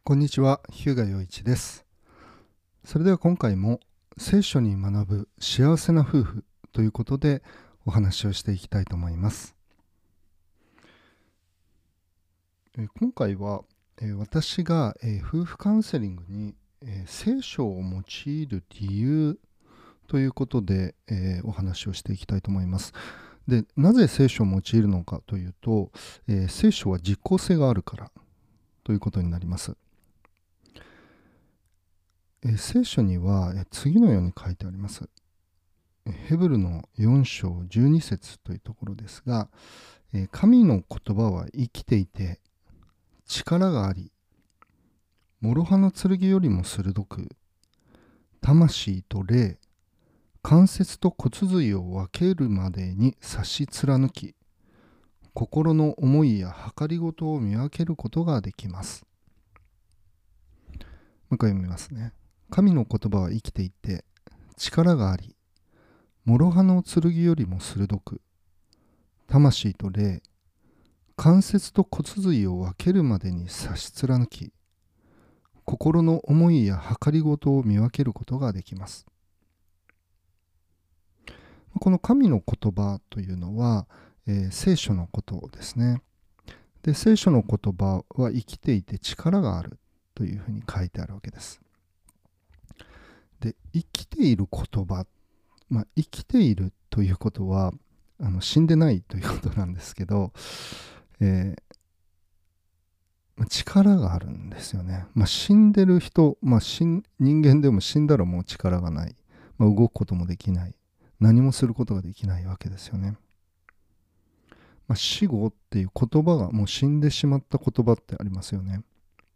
こんにちは、日向陽一です。それでは今回も聖書に学ぶ幸せな夫婦ということでお話をしていきたいと思います。今回は私が夫婦カウンセリングに聖書を用いる理由ということでお話をしていきたいと思います。で、なぜ聖書を用いるのかというと、聖書は実効性があるからということになります。聖書には次のように書いてあります。ヘブルの4章12節というところですが、神の言葉は生きていて力があり、諸刃の剣よりも鋭く、魂と霊、関節と骨髄を分けるまでに差し貫き、心の思いや計りごとを見分けることができます。もう一回読みますね。神の言葉は生きていて力があり、諸刃の剣よりも鋭く、魂と霊、関節と骨髄を分けるまでに差し貫き、心の思いや計りごとを見分けることができます。この神の言葉というのは、聖書のことですね。で、聖書の言葉は生きていて力があるというふうに書いてあるわけです。で、生きている言葉、生きているということは死んでないということなんですけど、力があるんですよね。死んでる人、人間でも死んだらもう力がない。動くこともできない。何もすることができないわけですよね。死後っていう言葉が、もう死んでしまった言葉ってありますよね。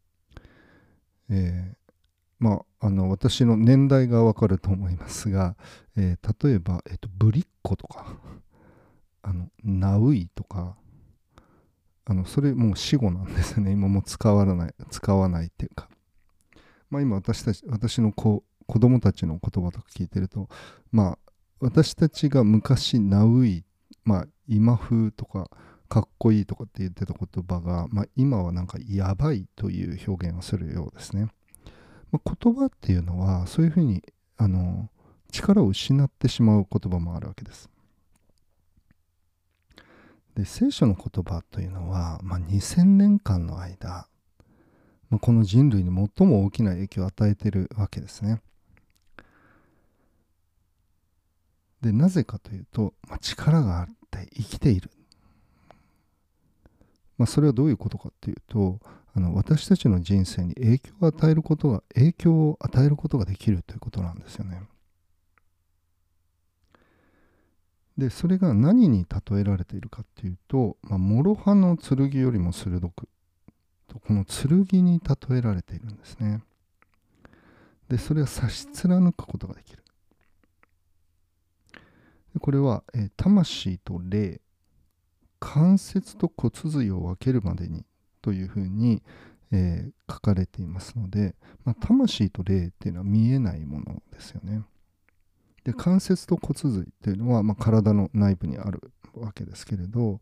私の年代がわかると思いますが、例えば、ぶりっ子とか、ナウイとか、それもう死語なんですよね。今もう使わないっていうか。今私の子供たちの言葉とか聞いてると、私たちが昔ナウイ、今風とかかっこいいとかって言ってた言葉が、今はなんかやばいという表現をするようですね。言葉っていうのはそういうふうに力を失ってしまう言葉もあるわけです。で、聖書の言葉というのは、2000年間の間、この人類に最も大きな影響を与えているわけですね。で、なぜかというと、力があって生きている。それはどういうことかというと、私たちの人生に影響を与えることができるということなんですよね。で、それが何に例えられているかというと、諸刃の剣よりも鋭くと、この剣に例えられているんですね。で、それは差し貫くことができる。で、これは、魂と霊、関節と骨髄を分けるまでにというふうに、書かれていますので、魂と霊っていうのは見えないものですよね。で、関節と骨髄っていうのは、体の内部にあるわけですけれど、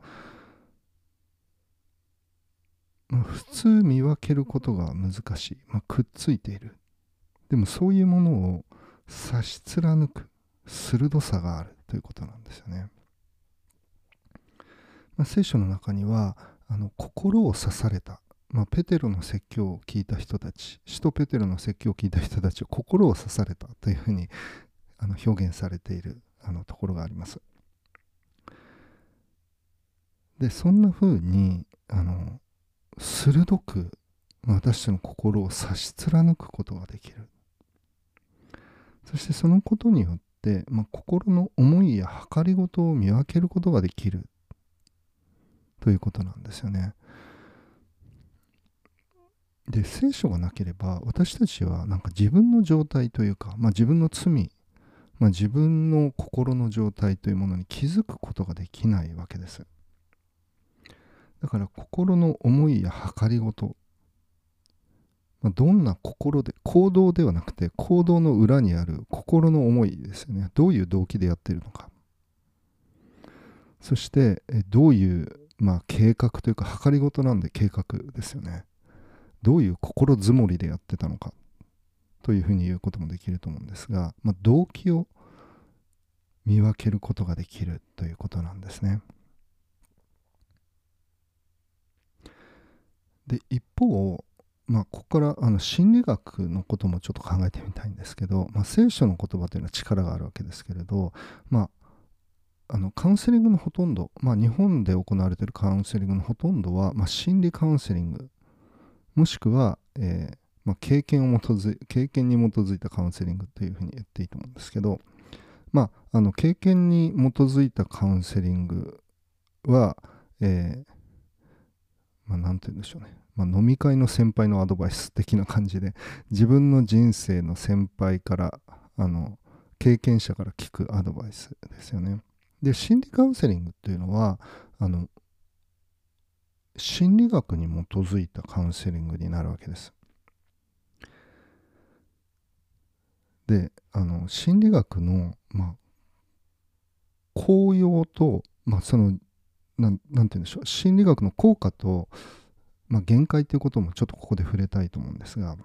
普通見分けることが難しい、くっついている。でもそういうものを差し貫く鋭さがあるということなんですよね。聖書の中には心を刺された、ペテロの説教を聞いた人たち、使徒ペテロの説教を聞いた人たちは心を刺されたというふうに表現されているところがあります。で、そんなふうに鋭く私たちの心を差し貫くことができる。そしてそのことによって、心の思いや計りごとを見分けることができるということなんですよね。で、聖書がなければ私たちはなんか自分の状態というか、自分の罪、自分の心の状態というものに気づくことができないわけです。だから心の思いや計りごと、どんな心で、行動ではなくて行動の裏にある心の思いですよね。どういう動機でやっているのか。そしてどういう計画というか計りごとなんで計画ですよね。 どういう心づもりでやってたのかというふうに言うこともできると思うんですが、動機を見分けることができるということなんですね。で、一方、ここから心理学のこともちょっと考えてみたいんですけど、聖書の言葉というのは力があるわけですけれど、カウンセリングのほとんど、日本で行われているカウンセリングのほとんどは、心理カウンセリング、もしくは、経験に基づいたカウンセリングというふうに言っていいと思うんですけど、経験に基づいたカウンセリングは、なんて言うんでしょうね、飲み会の先輩のアドバイス的な感じで、自分の人生の先輩から経験者から聞くアドバイスですよね。で、心理カウンセリングっていうのは心理学に基づいたカウンセリングになるわけです。で、心理学の、効用と、なんて言うんでしょう、心理学の効果と、限界ということもちょっとここで触れたいと思うんですが、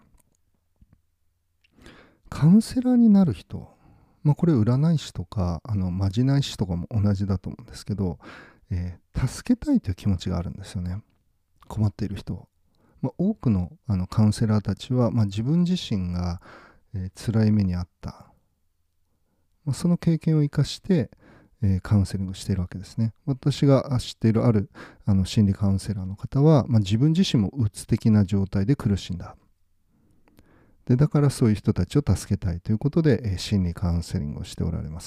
カウンセラーになる人、これ占い師とかまじない師とかも同じだと思うんですけど、助けたいという気持ちがあるんですよね。困っている人を。多くのカウンセラーたちは、自分自身が、辛い目にあった、その経験を生かして、カウンセリングをしているわけですね。私が知っているある心理カウンセラーの方は、自分自身もうつ的な状態で苦しんだ。で、だからそういう人たちを助けたいということで、心理カウンセリングをしておられます。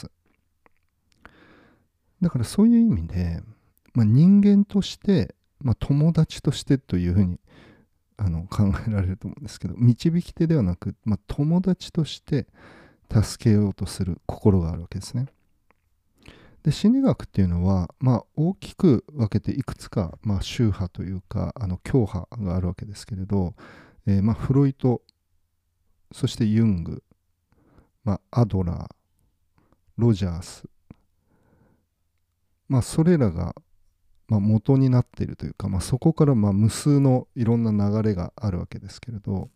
だからそういう意味で、人間として、友達としてというふうに考えられると思うんですけど、導き手ではなく、友達として助けようとする心があるわけですね。で、心理学っていうのは、大きく分けていくつか、宗派というか教派があるわけですけれど、フロイト、そしてユング、アドラー、ロジャース、それらが、元になっているというか、そこから無数のいろんな流れがあるわけですけれど、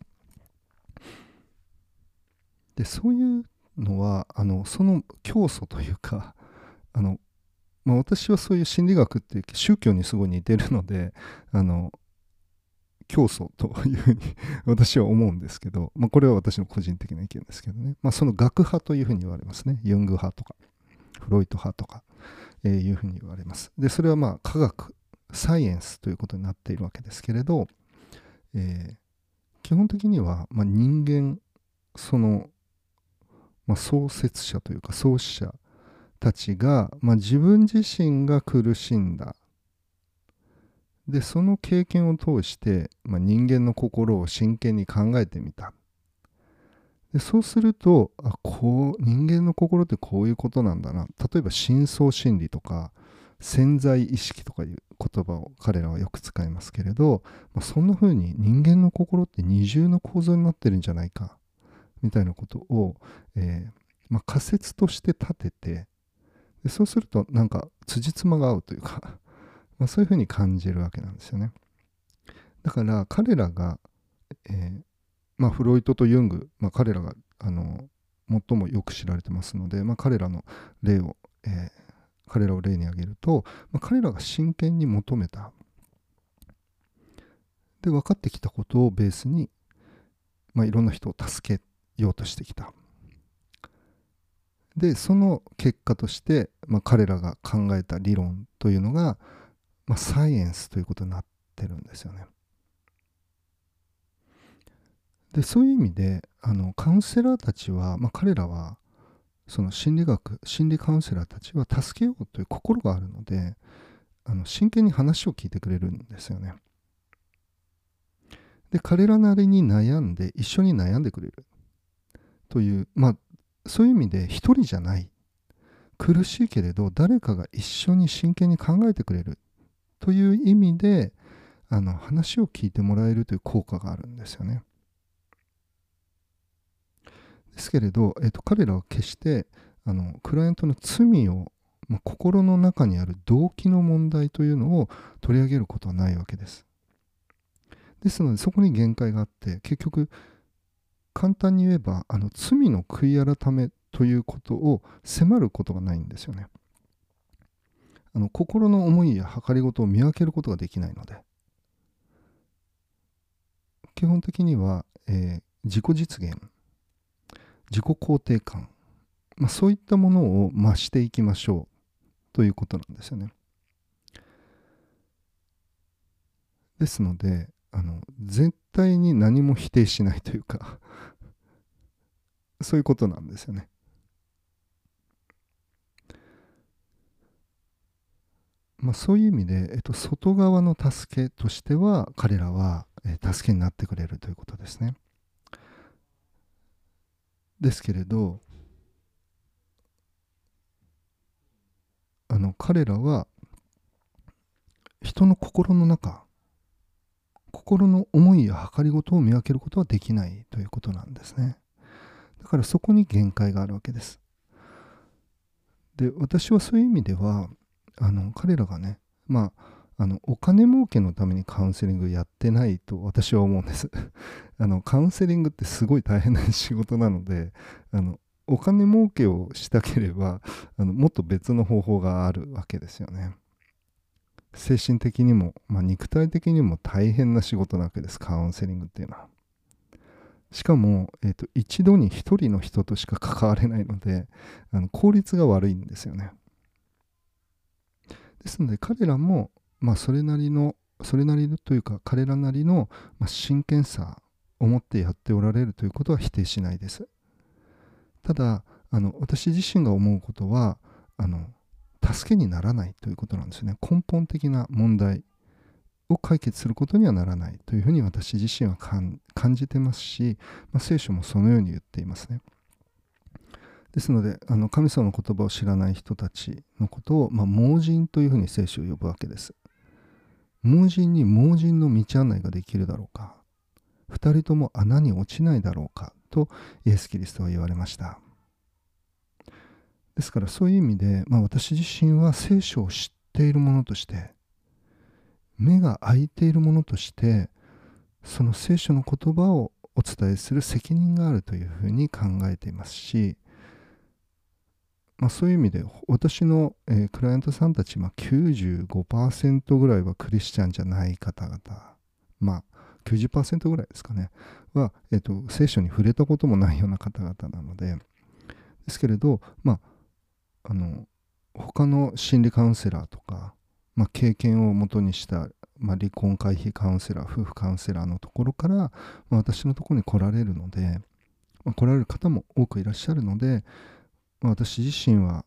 でそういうのはその教祖というか私はそういう心理学っていう宗教にすごい似てるので教祖というふうに私は思うんですけど、これは私の個人的な意見ですけどね、その学派というふうに言われますね。ユング派とかフロイト派とか、いうふうに言われます。でそれは科学サイエンスということになっているわけですけれど、基本的には、人間その、創設者というか創始者たちが、自分自身が苦しんだ。でその経験を通して、人間の心を真剣に考えてみた。でそうすると人間の心ってこういうことなんだな。例えば深層心理とか潜在意識とかいう言葉を彼らはよく使いますけれど、そんな風に人間の心って二重の構造になってるんじゃないかみたいなことを、仮説として立てて、でそうするとなんか辻褄が合うというかそういうふうに感じるわけなんですよね。だから彼らが、フロイトとユング、彼らが最もよく知られてますので、彼らの例を、彼らを例に挙げると、彼らが真剣に求めたで分かってきたことをベースに、いろんな人を助けようとしてきた。でその結果として、彼らが考えた理論というのが、サイエンスということになってるんですよね。でそういう意味でカウンセラーたちは、彼らはその心理カウンセラーたちは助けようという心があるので真剣に話を聞いてくれるんですよね。で彼らなりに悩んで一緒に悩んでくれるという、そういう意味で一人じゃない、苦しいけれど誰かが一緒に真剣に考えてくれるという意味で話を聞いてもらえるという効果があるんですよね。ですけれど、彼らは決してクライアントの罪を、心の中にある動機の問題というのを取り上げることはないわけです。 ですのでそこに限界があって、結局簡単に言えば罪の悔い改めということを迫ることがないんですよね。心の思いや計りごとを見分けることができないので、基本的には、自己実現、自己肯定感、そういったものを増していきましょうということなんですよね。ですので絶対に何も否定しないというかそういうことなんですよね。そういう意味で、外側の助けとしては彼らは、助けになってくれるということですね。ですけれど彼らは人の心の中、心の思いや計りごとを見分けることはできないということなんですね。だからそこに限界があるわけです。で、私はそういう意味では彼らがね、お金儲けのためにカウンセリングやってないと私は思うんですカウンセリングってすごい大変な仕事なので、お金儲けをしたければもっと別の方法があるわけですよね。精神的にも、肉体的にも大変な仕事なわけです、カウンセリングっていうのは。しかも、一度に一人の人としか関われないので効率が悪いんですよね。ですので彼らも、それなりのというか彼らなりの、真剣さを持ってやっておられるということは否定しないです。ただ私自身が思うことは助けにならないということなんですね。根本的な問題を解決することにはならないというふうに私自身は感じてますし、聖書もそのように言っていますね。ですので神様の言葉を知らない人たちのことを、盲人というふうに聖書を呼ぶわけです。盲人に盲人の道案内ができるだろうか、二人とも穴に落ちないだろうかとイエス・キリストは言われました。ですからそういう意味で、私自身は聖書を知っている者として、目が開いている者として、その聖書の言葉をお伝えする責任があるというふうに考えていますし、そういう意味で私の、クライアントさんたち、95% ぐらいはクリスチャンじゃない方々、90% ぐらいですかねは、聖書に触れたこともないような方々なので、ですけれど、他の心理カウンセラーとか、経験をもとにした、離婚回避カウンセラー、夫婦カウンセラーのところから、私のところに来られるので、来られる方も多くいらっしゃるので、私自身は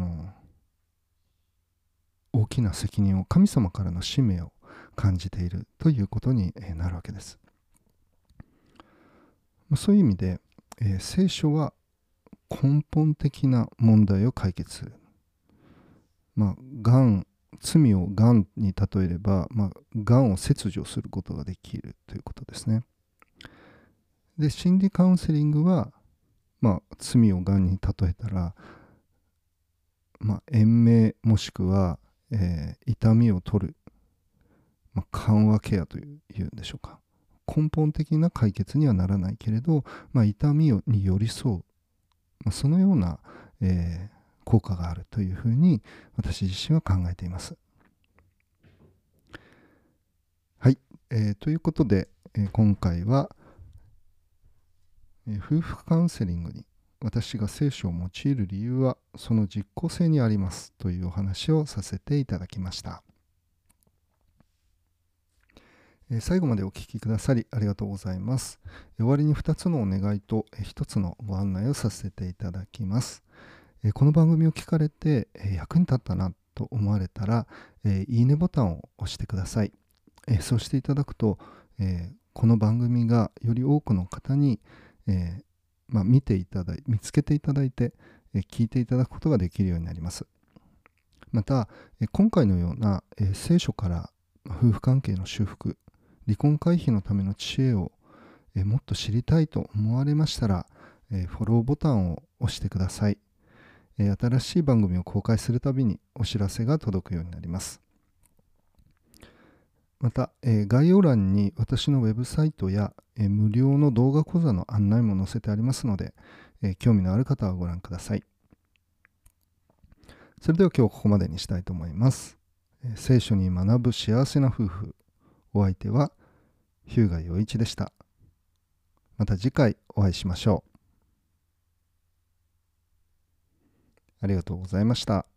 大きな責任を、神様からの使命を感じているということになるわけです。そういう意味で、聖書は根本的な問題を解決する。罪をがんに例えれば、がんを切除することができるということですね。で、心理カウンセリングは、罪をがんに例えたら、延命もしくは、痛みを取る、緩和ケアというんでしょうか。根本的な解決にはならないけれど、痛みに寄り添う、そのような、効果があるというふうに私自身は考えています。はい、ということで、今回は、夫婦カウンセリングに私が聖書を用いる理由はその実効性にありますというお話をさせていただきました。最後までお聞きくださりありがとうございます。終わりに2つのお願いと1つのご案内をさせていただきます。この番組を聞かれて役に立ったなと思われたら、いいねボタンを押してください。そうしていただくと、この番組がより多くの方に、見つけていただいて、聞いていただくことができるようになります。また、今回のような、聖書から夫婦関係の修復、離婚回避のための知恵を、もっと知りたいと思われましたら、フォローボタンを押してください。新しい番組を公開するたびにお知らせが届くようになります。 また、概要欄に私のウェブサイトや、無料の動画講座の案内も載せてありますので、興味のある方はご覧ください。それでは今日ここまでにしたいと思います。聖書に学ぶ幸せな夫婦。お相手は日向陽一でした。また次回お会いしましょう。ありがとうございました。